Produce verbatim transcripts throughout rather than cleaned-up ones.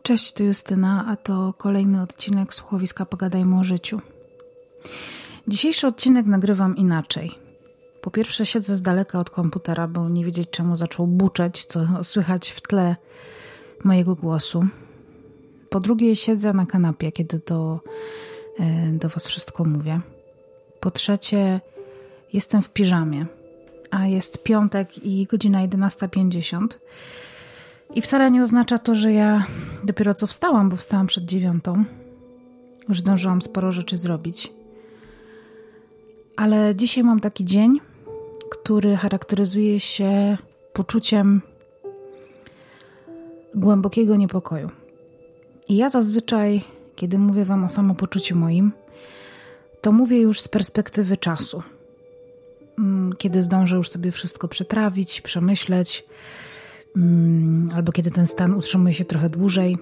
Cześć, tu Justyna, a to kolejny odcinek słuchowiska Pogadajmy o życiu. Dzisiejszy odcinek nagrywam inaczej. Po pierwsze siedzę z daleka od komputera, bo nie wiedzieć czemu zaczął buczeć, co słychać w tle mojego głosu. Po drugie siedzę na kanapie, kiedy do, do was wszystko mówię. Po trzecie jestem w piżamie, a jest piątek i godzina jedenasta pięćdziesiąt. I wcale nie oznacza to, że ja dopiero co wstałam, bo wstałam przed dziewiątą. Już zdążyłam sporo rzeczy zrobić. Ale dzisiaj mam taki dzień, który charakteryzuje się poczuciem głębokiego niepokoju. I ja zazwyczaj, kiedy mówię wam o samopoczuciu moim, to mówię już z perspektywy czasu. Kiedy zdążę już sobie wszystko przetrawić, przemyśleć, albo kiedy ten stan utrzymuje się trochę dłużej.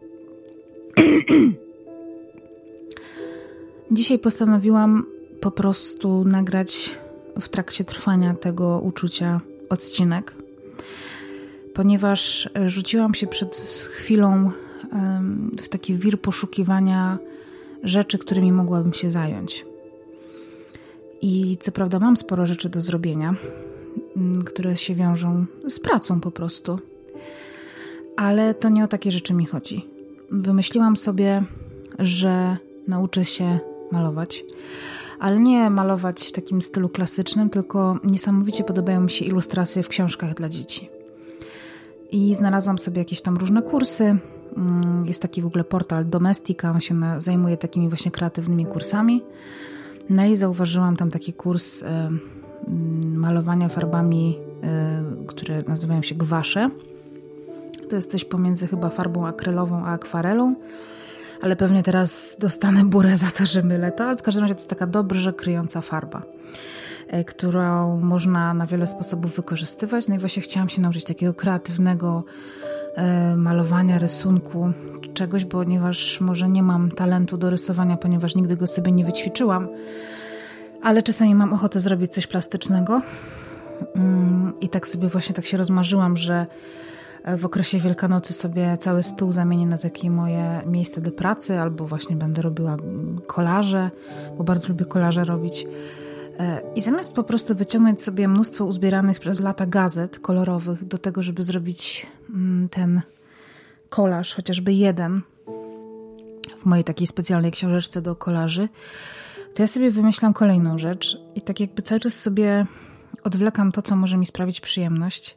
Dzisiaj postanowiłam po prostu nagrać w trakcie trwania tego uczucia odcinek, ponieważ rzuciłam się przed chwilą w taki wir poszukiwania rzeczy, którymi mogłabym się zająć. I co prawda mam sporo rzeczy do zrobienia, które się wiążą z pracą po prostu. Ale to nie o takie rzeczy mi chodzi. Wymyśliłam sobie, że nauczę się malować. Ale nie malować w takim stylu klasycznym, tylko niesamowicie podobają mi się ilustracje w książkach dla dzieci. I znalazłam sobie jakieś tam różne kursy. Jest taki w ogóle portal Domestika, on się zajmuje takimi właśnie kreatywnymi kursami. No i zauważyłam tam taki kurs malowania farbami, które nazywają się gwasze. To jest coś pomiędzy chyba farbą akrylową a akwarelą, ale pewnie teraz dostanę burę za to, że mylę to, ale w każdym razie to jest taka dobrze kryjąca farba, którą można na wiele sposobów wykorzystywać. No i właśnie chciałam się nauczyć takiego kreatywnego malowania, rysunku, czegoś, ponieważ może nie mam talentu do rysowania, ponieważ nigdy go sobie nie wyćwiczyłam, ale czasami mam ochotę zrobić coś plastycznego. I tak sobie właśnie tak się rozmarzyłam, że w okresie Wielkanocy sobie cały stół zamienię na takie moje miejsce do pracy, albo właśnie będę robiła kolaże, bo bardzo lubię kolaże robić. I zamiast po prostu wyciągnąć sobie mnóstwo uzbieranych przez lata gazet kolorowych do tego, żeby zrobić ten kolaż, chociażby jeden w mojej takiej specjalnej książeczce do kolaży, to ja sobie wymyślam kolejną rzecz i tak jakby cały czas sobie odwlekam to, co może mi sprawić przyjemność.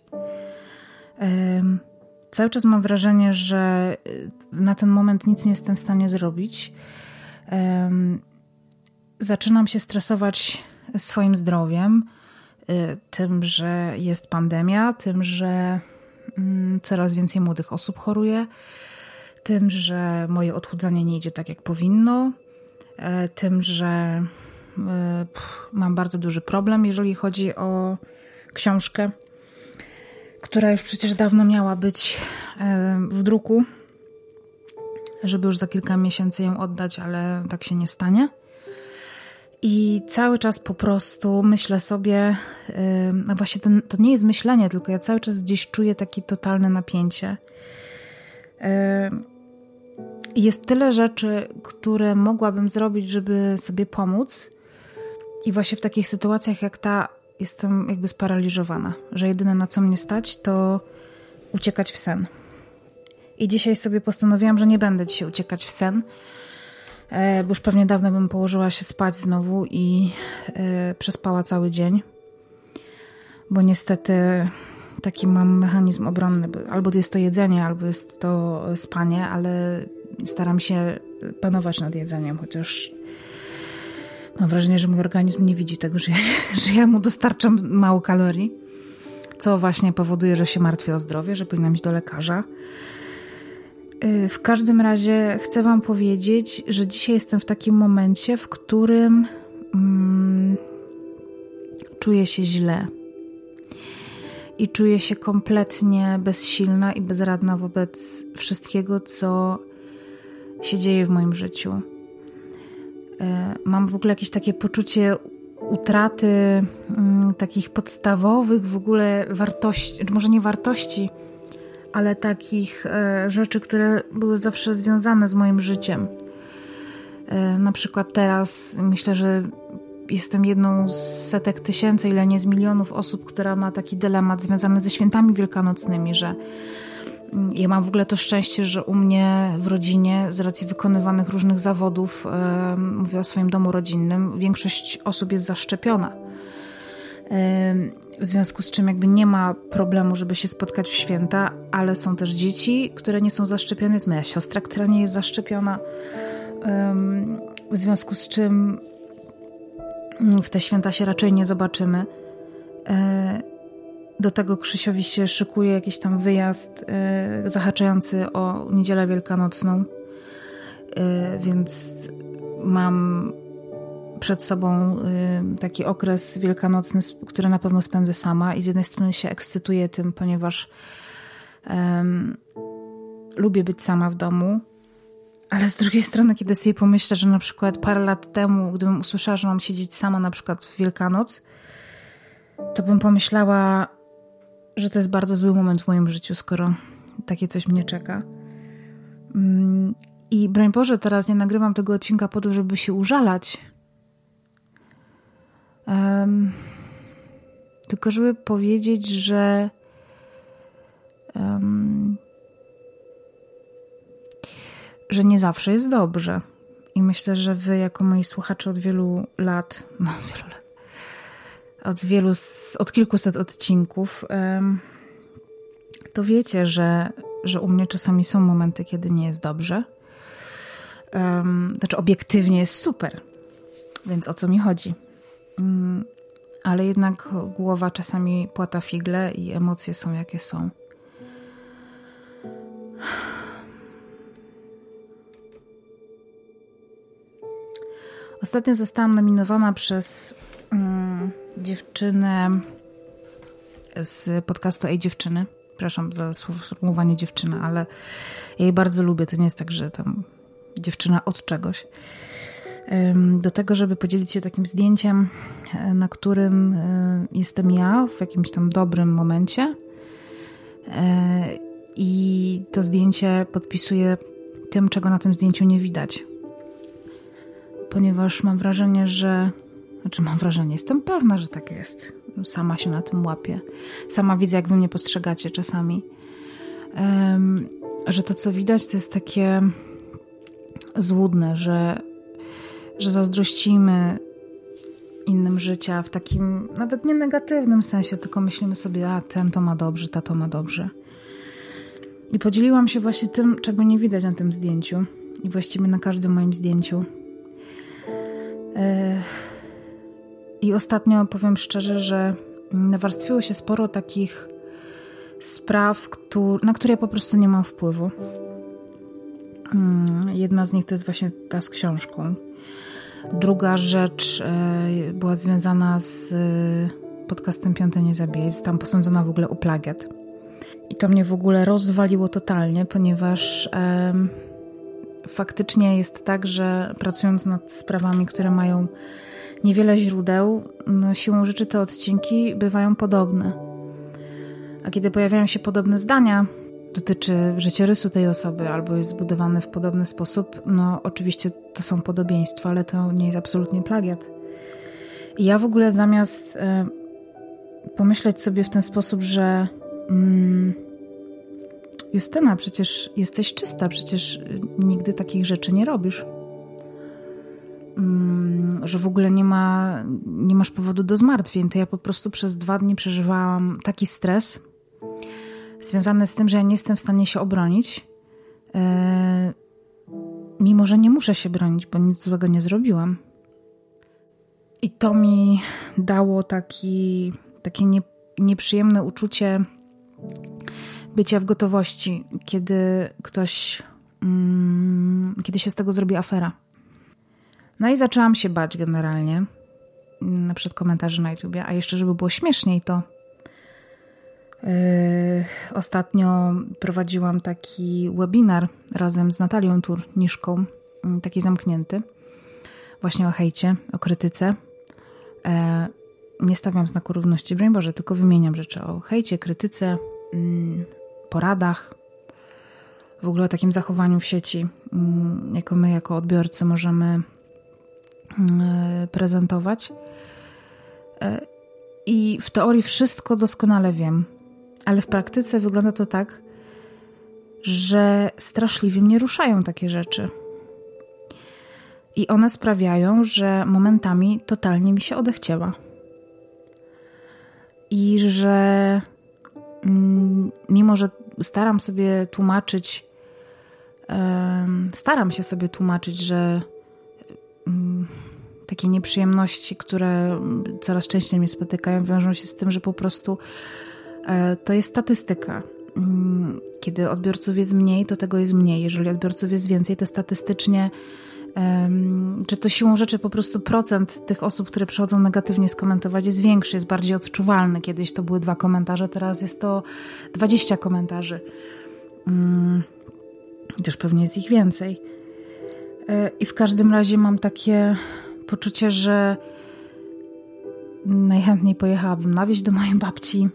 Um, cały czas mam wrażenie, że na ten moment nic nie jestem w stanie zrobić. Um, zaczynam się stresować swoim zdrowiem, y, tym, że jest pandemia, tym, że y, coraz więcej młodych osób choruje, tym, że moje odchudzanie nie idzie tak, jak powinno, y, tym, że y, pff, mam bardzo duży problem, jeżeli chodzi o książkę, która już przecież dawno miała być w druku, żeby już za kilka miesięcy ją oddać, ale tak się nie stanie. I cały czas po prostu myślę sobie, no właśnie to, to nie jest myślenie, tylko ja cały czas gdzieś czuję takie totalne napięcie. Jest tyle rzeczy, które mogłabym zrobić, żeby sobie pomóc, i właśnie w takich sytuacjach jak ta jestem jakby sparaliżowana, że jedyne na co mnie stać to uciekać w sen. I dzisiaj sobie postanowiłam, że nie będę dzisiaj uciekać w sen, bo już pewnie dawno bym położyła się spać znowu i przespała cały dzień, bo niestety taki mam mechanizm obronny, albo jest to jedzenie, albo jest to spanie, ale staram się panować nad jedzeniem, chociaż mam wrażenie, że mój organizm nie widzi tego, że ja, że ja mu dostarczam mało kalorii, co właśnie powoduje, że się martwię o zdrowie, że powinnam iść do lekarza. W każdym razie chcę wam powiedzieć, że dzisiaj jestem w takim momencie, w którym mm, czuję się źle i czuję się kompletnie bezsilna i bezradna wobec wszystkiego, co się dzieje w moim życiu. Mam w ogóle jakieś takie poczucie utraty mm, takich podstawowych w ogóle wartości, może nie wartości, ale takich e, rzeczy, które były zawsze związane z moim życiem. E, na przykład teraz myślę, że jestem jedną z setek tysięcy, ile nie z milionów osób, która ma taki dylemat związany ze świętami wielkanocnymi, że ja mam w ogóle to szczęście, że u mnie w rodzinie z racji wykonywanych różnych zawodów, e, mówię o swoim domu rodzinnym, większość osób jest zaszczepiona. E, w związku z czym jakby nie ma problemu, żeby się spotkać w święta, ale są też dzieci, które nie są zaszczepione. Jest moja siostra, która nie jest zaszczepiona. E, w związku z czym w te święta się raczej nie zobaczymy. Do tego Krzysiowi się szykuje jakiś tam wyjazd zahaczający o Niedzielę Wielkanocną, więc mam przed sobą taki okres wielkanocny, który na pewno spędzę sama i z jednej strony się ekscytuję tym, ponieważ um, lubię być sama w domu, ale z drugiej strony, kiedy sobie pomyślę, że na przykład parę lat temu, gdybym usłyszała, że mam siedzieć sama na przykład w Wielkanoc, to bym pomyślała, że to jest bardzo zły moment w moim życiu, skoro takie coś mnie czeka. I broń Boże, teraz nie nagrywam tego odcinka po to, żeby się użalać, um, tylko żeby powiedzieć, że um, że nie zawsze jest dobrze. I myślę, że wy jako moi słuchacze od wielu lat, no od wielu lat, od wielu, od kilkuset odcinków, um, to wiecie, że, że u mnie czasami są momenty, kiedy nie jest dobrze. Um, znaczy obiektywnie jest super, więc o co mi chodzi? Um, ale jednak głowa czasami płata figle i emocje są jakie są. Ostatnio zostałam nominowana przez um, dziewczynę z podcastu Ej Dziewczyny. Przepraszam za sformułowanie dziewczyna, ale ja jej bardzo lubię. To nie jest tak, że tam dziewczyna od czegoś. Um, do tego, żeby podzielić się takim zdjęciem, na którym um, jestem ja w jakimś tam dobrym momencie. Um, I to zdjęcie podpisuję tym, czego na tym zdjęciu nie widać. Ponieważ mam wrażenie, że... Znaczy mam wrażenie, jestem pewna, że tak jest. Sama się na tym łapię. Sama widzę, jak wy mnie postrzegacie czasami. Um, że to, co widać, to jest takie złudne, że, że zazdrościmy innym życia w takim nawet nie negatywnym sensie, tylko myślimy sobie, a ten to ma dobrze, ta to ma dobrze. I podzieliłam się właśnie tym, czego nie widać na tym zdjęciu. I właściwie na każdym moim zdjęciu. I ostatnio powiem szczerze, że nawarstwiło się sporo takich spraw, na które ja po prostu nie mam wpływu. Jedna z nich to jest właśnie ta z książką. Druga rzecz była związana z podcastem Piąte Nie Zabijaj. Zostałam posądzona w ogóle o plagiat. I to mnie w ogóle rozwaliło totalnie, ponieważ um, faktycznie jest tak, że pracując nad sprawami, które mają niewiele źródeł, no siłą rzeczy te odcinki bywają podobne. A kiedy pojawiają się podobne zdania, dotyczy życiorysu tej osoby albo jest zbudowany w podobny sposób, no oczywiście to są podobieństwa, ale to nie jest absolutnie plagiat. I ja w ogóle zamiast e, pomyśleć sobie w ten sposób, że mm, Justyna, przecież jesteś czysta, przecież nigdy takich rzeczy nie robisz. Mm, że w ogóle nie ma, nie masz powodu do zmartwień. To ja po prostu przez dwa dni przeżywałam taki stres związany z tym, że ja nie jestem w stanie się obronić, yy, mimo że nie muszę się bronić, bo nic złego nie zrobiłam. I to mi dało taki, takie nie, nieprzyjemne uczucie bycia w gotowości, kiedy ktoś, mm, kiedy się z tego zrobi afera. No i zaczęłam się bać generalnie, na przykład komentarzy na YouTubie, a jeszcze żeby było śmieszniej, to yy, ostatnio prowadziłam taki webinar razem z Natalią Turniszką, yy, taki zamknięty, właśnie o hejcie, o krytyce. Yy, nie stawiam znaku równości, broń Boże, tylko wymieniam rzeczy o hejcie, krytyce, yy, poradach, w ogóle o takim zachowaniu w sieci, jako my, jako odbiorcy możemy prezentować. I w teorii wszystko doskonale wiem, ale w praktyce wygląda to tak, że straszliwie mnie ruszają takie rzeczy. I one sprawiają, że momentami totalnie mi się odechciewa. I że mimo, że staram sobie tłumaczyć, staram się sobie tłumaczyć, że takie nieprzyjemności, które coraz częściej mnie spotykają, wiążą się z tym, że po prostu to jest statystyka. Kiedy odbiorców jest mniej, to tego jest mniej. Jeżeli odbiorców jest więcej, to statystycznie, czy to siłą rzeczy po prostu procent tych osób, które przychodzą negatywnie skomentować, jest większy, jest bardziej odczuwalny. Kiedyś to były dwa komentarze, teraz jest to dwadzieścia komentarzy. Chociaż pewnie jest ich więcej. I w każdym razie mam takie poczucie, że najchętniej pojechałabym na wieś do mojej babci.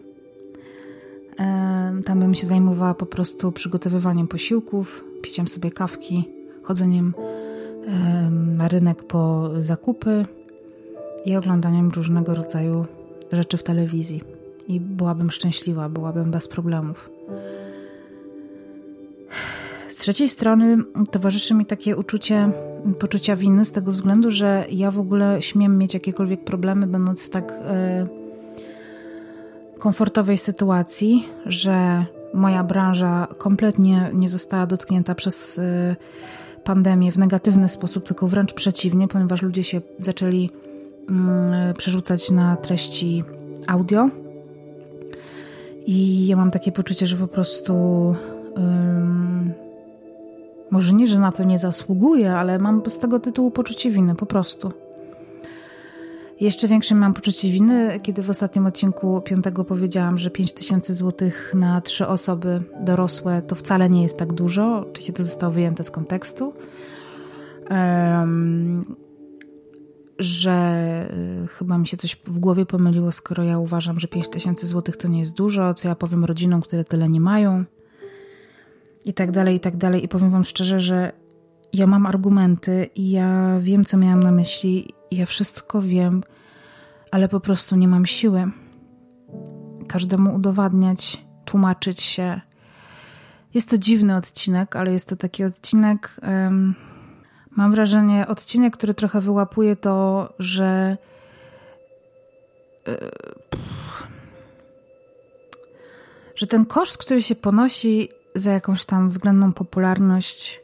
Tam bym się zajmowała po prostu przygotowywaniem posiłków, piciem sobie kawki, chodzeniem na rynek po zakupy i oglądaniem różnego rodzaju rzeczy w telewizji. I byłabym szczęśliwa, byłabym bez problemów. Z trzeciej strony towarzyszy mi takie uczucie poczucia winy z tego względu, że ja w ogóle śmiem mieć jakiekolwiek problemy, będąc w tak e, komfortowej sytuacji, że moja branża kompletnie nie została dotknięta przez e, pandemię w negatywny sposób, tylko wręcz przeciwnie, ponieważ ludzie się zaczęli mm, przerzucać na treści audio. I ja mam takie poczucie, że po prostu ym, może nie, że na to nie zasługuję, ale mam z tego tytułu poczucie winy, po prostu. Jeszcze większe mam poczucie winy, kiedy w ostatnim odcinku piątego powiedziałam, że pięć tysięcy złotych na trzy osoby dorosłe to wcale nie jest tak dużo. Oczywiście to zostało wyjęte z kontekstu. Um, że chyba mi się coś w głowie pomyliło, skoro ja uważam, że pięć tysięcy złotych to nie jest dużo, co ja powiem rodzinom, które tyle nie mają i tak dalej, i tak dalej. I powiem wam szczerze, że ja mam argumenty i ja wiem, co miałam na myśli, ja wszystko wiem, ale po prostu nie mam siły każdemu udowadniać, tłumaczyć się. Jest to dziwny odcinek, ale jest to taki odcinek... Um, Mam wrażenie, odcinek, który trochę wyłapuje to, że że ten koszt, który się ponosi za jakąś tam względną popularność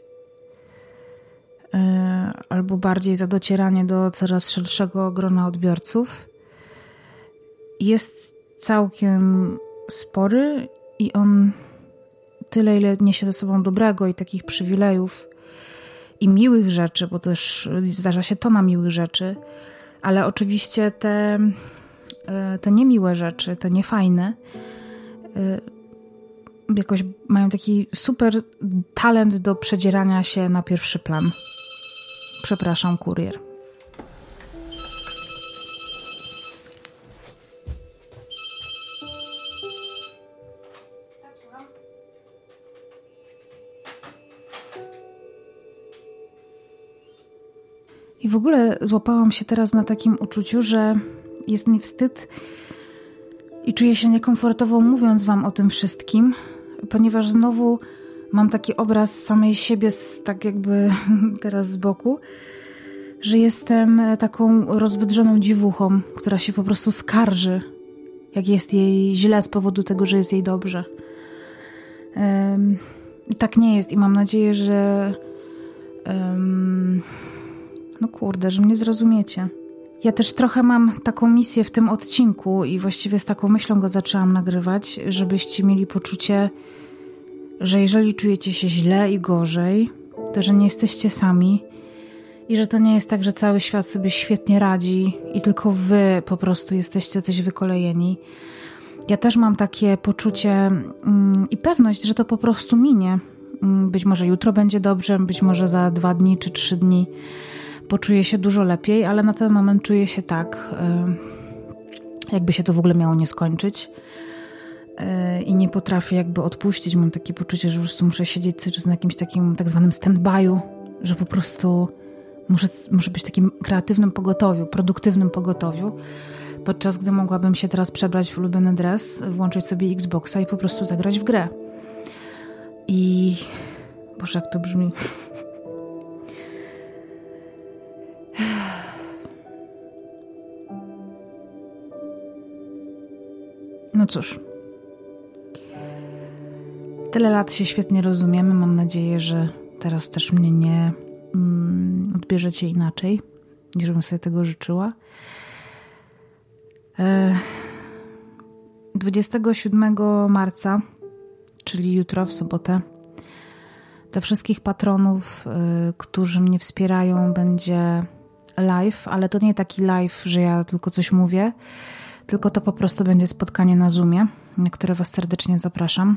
albo bardziej za docieranie do coraz szerszego grona odbiorców, jest całkiem spory i on tyle, ile niesie ze sobą dobrego i takich przywilejów i miłych rzeczy, bo też zdarza się tona miłych rzeczy, ale oczywiście te, te niemiłe rzeczy, te niefajne, jakoś mają taki super talent do przedzierania się na pierwszy plan. Przepraszam, kurier. I w ogóle złapałam się teraz na takim uczuciu, że jest mi wstyd i czuję się niekomfortowo mówiąc wam o tym wszystkim, ponieważ znowu mam taki obraz samej siebie z, tak jakby teraz z boku, że jestem taką rozwydrzoną dziewuchą, która się po prostu skarży, jak jest jej źle z powodu tego, że jest jej dobrze. Um, tak nie jest i mam nadzieję, że um, no kurde, że mnie zrozumiecie. Ja też trochę mam taką misję w tym odcinku i właściwie z taką myślą go zaczęłam nagrywać, żebyście mieli poczucie, że jeżeli czujecie się źle i gorzej, to że nie jesteście sami i że to nie jest tak, że cały świat sobie świetnie radzi i tylko wy po prostu jesteście coś wykolejeni. Ja też mam takie poczucie mm, i pewność, że to po prostu minie. Być może jutro będzie dobrze, być może za dwa dni czy trzy dni poczuję się dużo lepiej, ale na ten moment czuję się tak, jakby się to w ogóle miało nie skończyć. I nie, nie potrafię jakby odpuścić. Mam takie poczucie, że po prostu muszę siedzieć cały czas na jakimś takim tak zwanym stand-by'u, że po prostu muszę, muszę być w takim kreatywnym pogotowiu, produktywnym pogotowiu, podczas gdy mogłabym się teraz przebrać w ulubiony dres, włączyć sobie Xboxa i po prostu zagrać w grę. I... Boże, jak to brzmi... No cóż, tyle lat się świetnie rozumiemy. Mam nadzieję, że teraz też mnie nie mm, odbierzecie inaczej, niż bym sobie tego życzyła. E, dwudziestego siódmego marca, czyli jutro, w sobotę, dla wszystkich patronów, y, którzy mnie wspierają, będzie live, ale to nie taki live, że ja tylko coś mówię, tylko to po prostu będzie spotkanie na Zoomie, na które Was serdecznie zapraszam.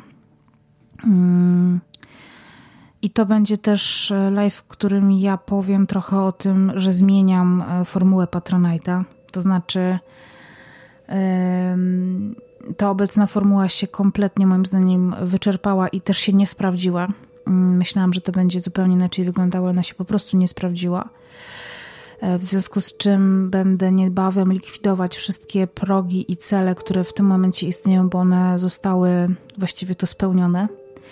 I to będzie też live, w którym ja powiem trochę o tym, że zmieniam formułę Patronite'a. To znaczy ta obecna formuła się kompletnie moim zdaniem wyczerpała i też się nie sprawdziła. Myślałam, że to będzie zupełnie inaczej wyglądało, ona się po prostu nie sprawdziła. W związku z czym będę niebawem likwidować wszystkie progi i cele, które w tym momencie istnieją, bo one zostały właściwie to spełnione.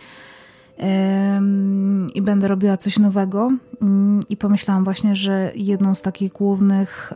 I będę robiła coś nowego. I pomyślałam właśnie, że jedną z takich głównych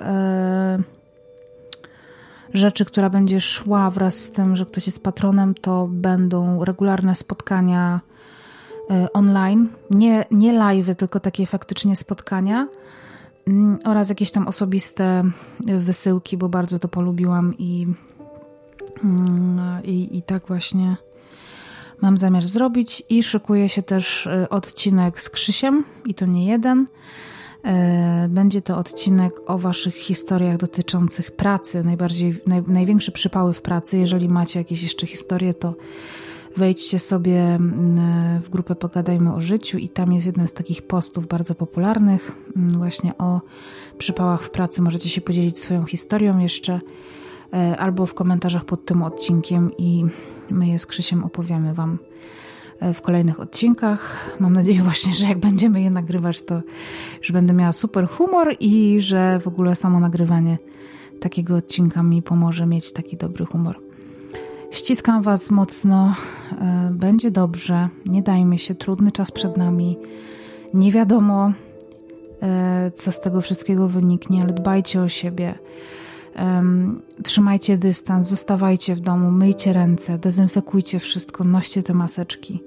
rzeczy, która będzie szła wraz z tym, że ktoś jest patronem, to będą regularne spotkania online. Nie, nie live'y, tylko takie faktycznie spotkania. Oraz jakieś tam osobiste wysyłki, bo bardzo to polubiłam i, i, i tak właśnie mam zamiar zrobić. I szykuje się też odcinek z Krzysiem i to nie jeden. Będzie to odcinek o Waszych historiach dotyczących pracy, najbardziej, naj, największe przypały w pracy. Jeżeli macie jakieś jeszcze historie, to wejdźcie sobie w grupę Pogadajmy o życiu i tam jest jeden z takich postów bardzo popularnych właśnie o przypałach w pracy. Możecie się podzielić swoją historią jeszcze albo w komentarzach pod tym odcinkiem i my je z Krzysiem opowiemy Wam w kolejnych odcinkach. Mam nadzieję właśnie, że jak będziemy je nagrywać, to już będę miała super humor i że w ogóle samo nagrywanie takiego odcinka mi pomoże mieć taki dobry humor. Ściskam Was mocno, będzie dobrze, nie dajmy się, trudny czas przed nami, nie wiadomo, co z tego wszystkiego wyniknie, ale dbajcie o siebie, trzymajcie dystans, zostawajcie w domu, myjcie ręce, dezynfekujcie wszystko, noście te maseczki.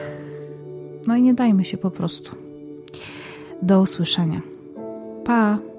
No i nie dajmy się po prostu. Do usłyszenia. Pa!